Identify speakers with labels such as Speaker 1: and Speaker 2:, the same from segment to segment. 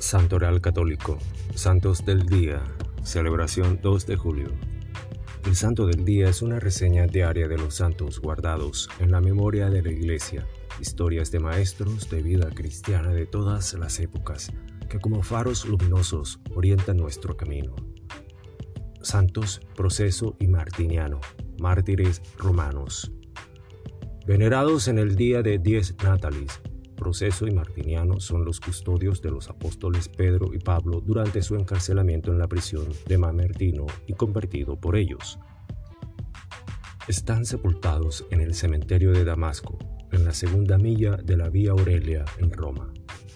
Speaker 1: Santoral Católico, Santos del Día, celebración 2 de julio. El Santo del Día es una reseña diaria de los santos guardados en la memoria de la Iglesia, historias de maestros de vida cristiana de todas las épocas, que como faros luminosos orientan nuestro camino. Santos Proceso y Martiniano, mártires romanos. Venerados en el día de Dies Natalis, Proceso y Martiniano son los custodios de los apóstoles Pedro y Pablo durante su encarcelamiento en la prisión de Mamertino y convertido por ellos. Están sepultados en el cementerio de Damasco, en la segunda milla de la Vía Aurelia en Roma.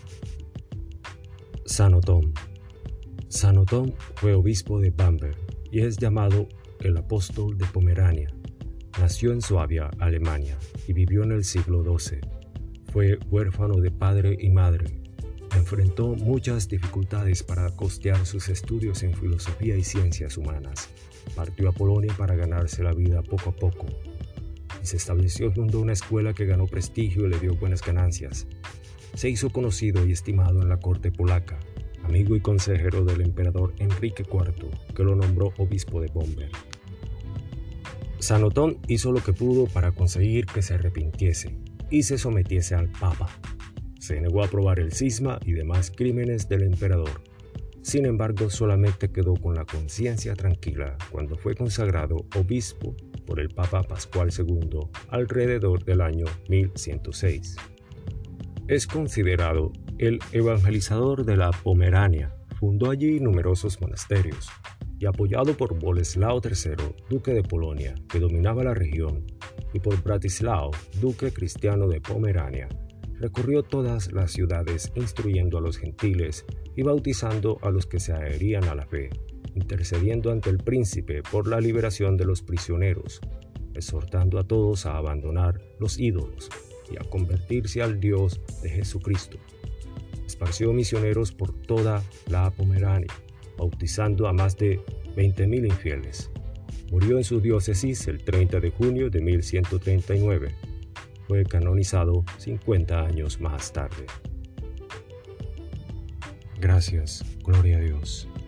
Speaker 1: San Otón. San Otón fue obispo de Bamberg y es llamado el apóstol de Pomerania. Nació en Suabia, Alemania, y vivió en el siglo XII. Fue huérfano de padre y madre. Enfrentó muchas dificultades para costear sus estudios en filosofía y ciencias humanas. Partió a Polonia para ganarse la vida poco a poco. Y se estableció junto a una escuela que ganó prestigio y le dio buenas ganancias. Se hizo conocido y estimado en la corte polaca, amigo y consejero del emperador Enrique IV, que lo nombró obispo de Bamberg. San Otón hizo lo que pudo para conseguir que se arrepintiese y se sometiese al Papa. Se negó a aprobar el cisma y demás crímenes del emperador. Sin embargo, solamente quedó con la conciencia tranquila cuando fue consagrado obispo por el Papa Pascual II alrededor del año 1106. Es considerado el evangelizador de la Pomerania. Fundó allí numerosos monasterios y apoyado por Boleslao III, duque de Polonia, que dominaba la región, y por Bratislao, duque cristiano de Pomerania, recorrió todas las ciudades instruyendo a los gentiles y bautizando a los que se adherían a la fe, intercediendo ante el príncipe por la liberación de los prisioneros, exhortando a todos a abandonar los ídolos y a convertirse al Dios de Jesucristo. Esparció misioneros por toda la Pomerania, bautizando a más de 20.000 infieles. Murió en su diócesis el 30 de junio de 1139. Fue canonizado 50 años más tarde. Gracias, gloria a Dios.